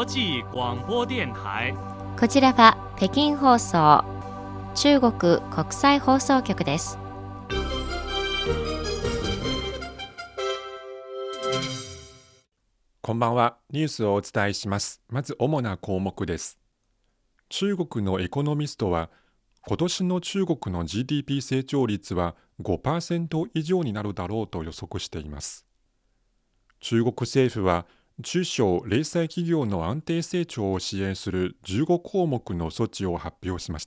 際广播電台。 こちらは北京放送、中国国際放送局です。 こんばんは。ニュースをお伝えします。まず主な項目です。中国のエコノミストは、今年の中国の GDP 成長率は 5% 以上になるだろうと予測しています。中国政府は、中小零細企業の安定成長を支援する15項目の措置を発表しました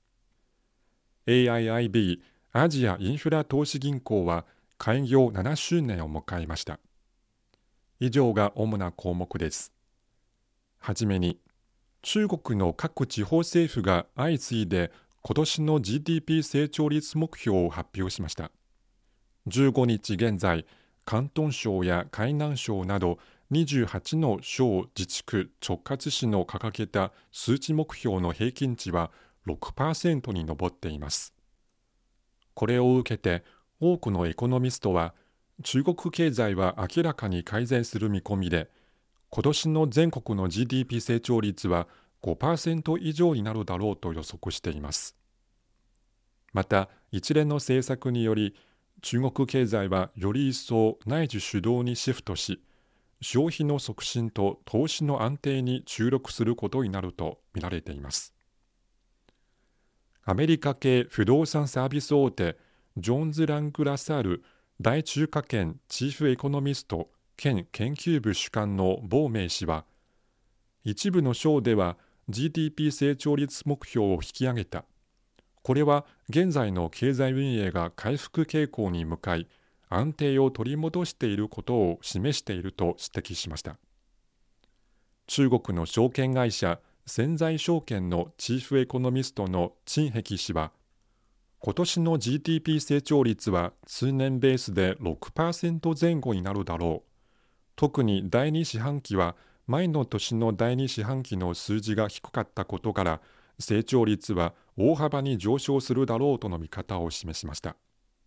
。AIIB アジアインフラ投資銀行は開業7周年を迎えました。以上が主な項目です。はじめに、中国の各地方政府が相次いで今年の GDP 成長率目標を発表しました。15日現在、広東省や海南省など28の省自治区直轄市の掲げた数値目標の平均値は 6% に上っています。これを受けて多くのエコノミストは、中国経済は明らかに改善する見込みで、今年の全国の GDP 成長率は 5% 以上になるだろうと予測しています。また、一連の政策により、中国経済はより一層内需主導にシフトし、消費の促進と投資の安定に注力することになると見られています。アメリカ系不動産サービス大手ジョーンズ・ラング・ラサール大中華圏チーフエコノミスト兼研究部主幹のボウメイ氏は、一部の省では GDP 成長率目標を引き上げた。これは現在の経済運営が回復傾向に向かい、安定を取り戻していることを示していると指摘しました。中国の証券会社潜在証券のチーフエコノミストの陳碧氏は、今年の GDP 成長率は通年ベースで 6% 前後になるだろう。特に第2四半期は前の年の第2四半期の数字が低かったことから、成長率は大幅に上昇するだろうとの見方を示しました。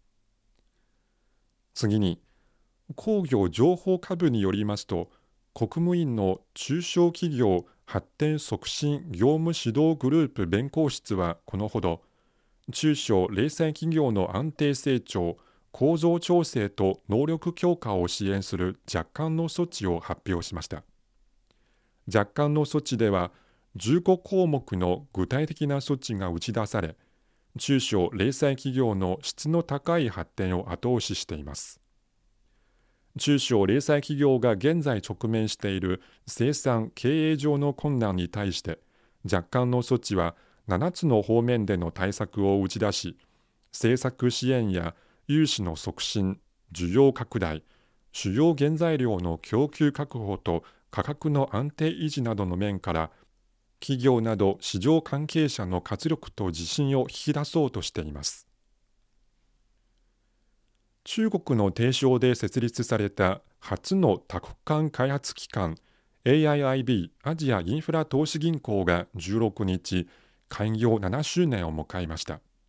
次に、工業情報科部によりますと、国務院の中小企業発展促進業務指導グループ弁公室はこのほど、中小零細企業の安定成長、構造調整と能力強化を支援する若干の措置を発表しました。若干の措置では、15項目の具体的な措置が打ち出され、中小零細企業の質の高い発展を後押ししています。中小零細企業が現在直面している生産・経営上の困難に対して、若干の措置は7つの方面での対策を打ち出し、政策支援や融資の促進、需要拡大、主要原材料の供給確保と価格の安定維持などの面から、企業など市場関係者の活力と自信を引き出そうとしています。中国の提唱で設立された初の多国間開発機関 AIIB アジアインフラ投資銀行が16日、開業7周年を迎えました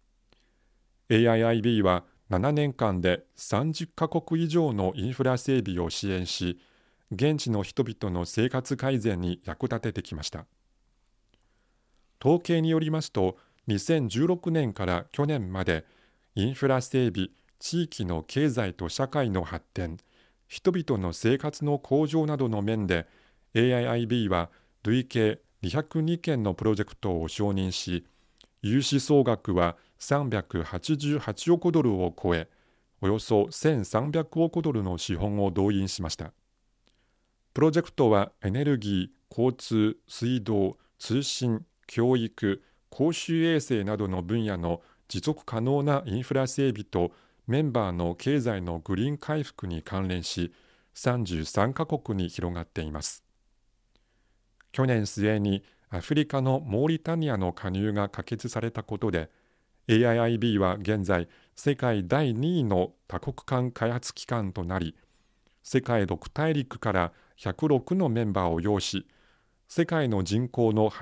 。AIIB は7年間で30カ国以上のインフラ整備を支援し、現地の人々の生活改善に役立ててきました。統計によりますと、2016年から去年までインフラ整備、地域の経済と社会の発展、人々の生活の向上などの面で AIIB は累計202件のプロジェクトを承認し、融資総額は388億ドルを超え、およそ1300億ドルの資本を動員しました。プロジェクトはエネルギー、交通、水道、通信、教育、公衆衛生などの分野の持続可能なインフラ整備とメンバーの経済のグリーン回復に関連し、33カ国に広がっています。去年末にアフリカのモーリタニアの加入が可決されたことで、AIIB は現在世界第2位の多国間開発機関となり、世界6大陸から106のメンバーを擁し、世界の人口の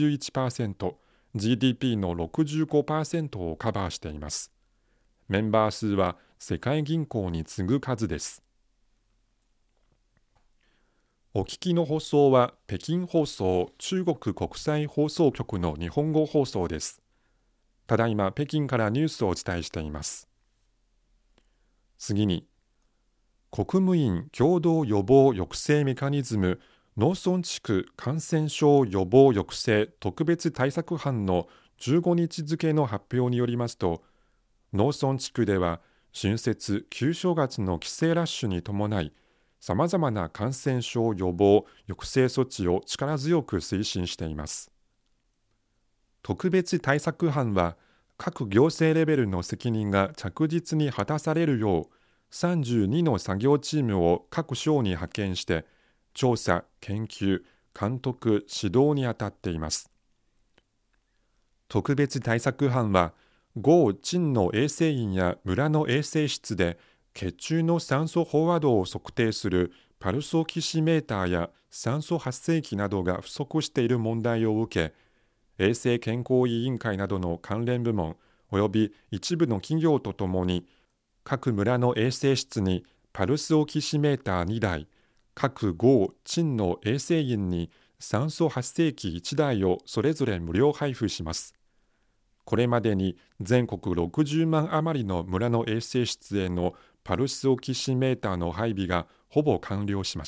81%、GDP の 65% をカバーしています。メンバー数は世界銀行に次ぐ数です。 お聞きの放送は北京放送中国国際放送局の日本語放送です。ただいま北京からニュースをお伝えしています。次に、国務院共同予防抑制メカニズム農村地区感染症予防抑制特別対策班の15日付の発表によりますと、農村地区では春節・旧正月の帰省ラッシュに伴い、さまざまな感染症予防・抑制措置を力強く推進しています。特別対策班は、各行政レベルの責任が着実に果たされるよう、32の作業チームを各省に派遣して、調査、研究、監督、指導に当たっています。特別対策班は、郷鎮の衛生院や村の衛生室で、血中の酸素飽和度を測定するパルスオキシメーターや酸素発生器などが不足している問題を受け、衛生健康委員会などの関連部門および一部の企業とともに、各村の衛生室にパルスオキシメーター2台、各郷鎮の衛生院に酸素発生器1台をそれぞれ無料配布します。これまでに全国60万余りの村の衛生室へのパルスオキシメーターの配備がほぼ完了しました。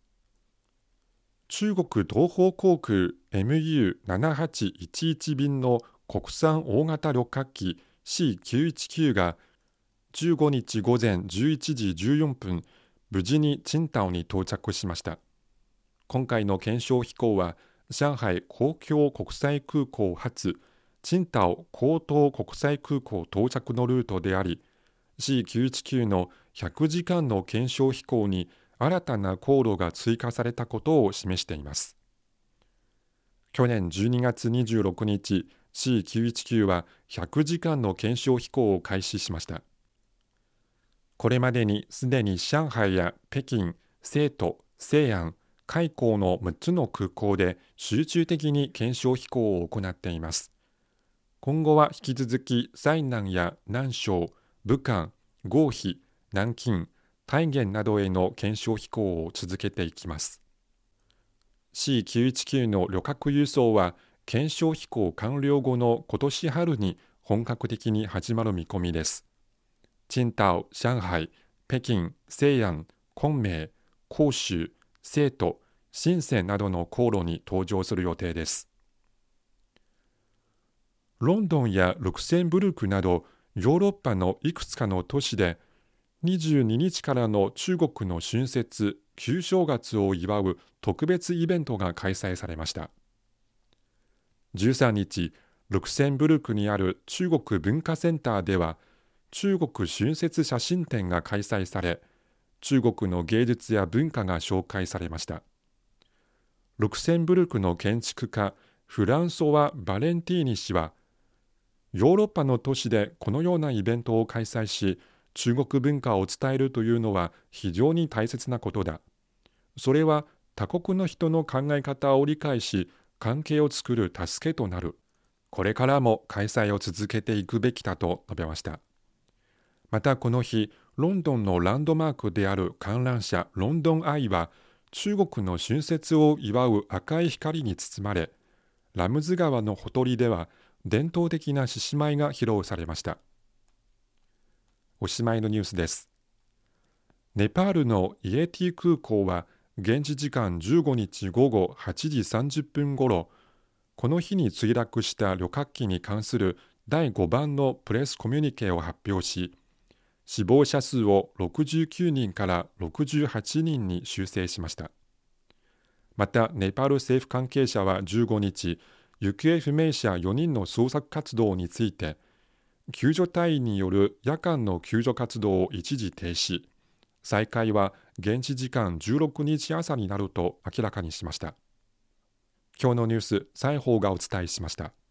中国東方航空 MU7811 便の国産大型旅客機 C919 が15日午前11時14分、無事に青島に到着しました。今回の検証飛行は、上海公共国際空港発青島江東国際空港到着のルートであり、C919 の100時間の検証飛行に新たな航路が追加されたことを示しています。去年12月26日、C919 は100時間の検証飛行を開始しました。これまでにすでに上海や北京、成都、西安、海口の6つの空港で集中的に検証飛行を行っています。今後は引き続き済南や南昌、武漢、合肥、南京、太原などへの検証飛行を続けていきます。C919 の旅客輸送は検証飛行完了後の今年春に本格的に始まる見込みです。青島、上海、北京、西安、昆明、広州、成都、深センなどの航路に登場する予定です。ロンドンやルクセンブルクなどヨーロッパのいくつかの都市で22日からの中国の春節・旧正月を祝う特別イベントが開催されました。13日、ルクセンブルクにある中国文化センターでは中国春節写真展が開催され、中国の芸術や文化が紹介されました。ルクセンブルクの建築家フランソワ・バレンティーニ氏は、ヨーロッパの都市でこのようなイベントを開催し、中国文化を伝えるというのは非常に大切なことだ。それは他国の人の考え方を理解し、関係を作る助けとなる。これからも開催を続けていくべきだと述べました。またこの日、ロンドンのランドマークである観覧車ロンドンアイは、中国の春節を祝う赤い光に包まれ、ラムズ川のほとりでは伝統的な獅子舞が披露されました。おしまいのニュースです。ネパールのイエティ空港は現地時間15日午後8時30分ごろ、この日に墜落した旅客機に関する第5番のプレスコミュニケを発表し、死亡者数を69人から68人に修正しました。また、ネパール政府関係者は15日、行方不明者4人の捜索活動について、救助隊員による夜間の救助活動を一時停止、再開は現地時間16日朝になると明らかにしました。今日のニュース、西宝がお伝えしました。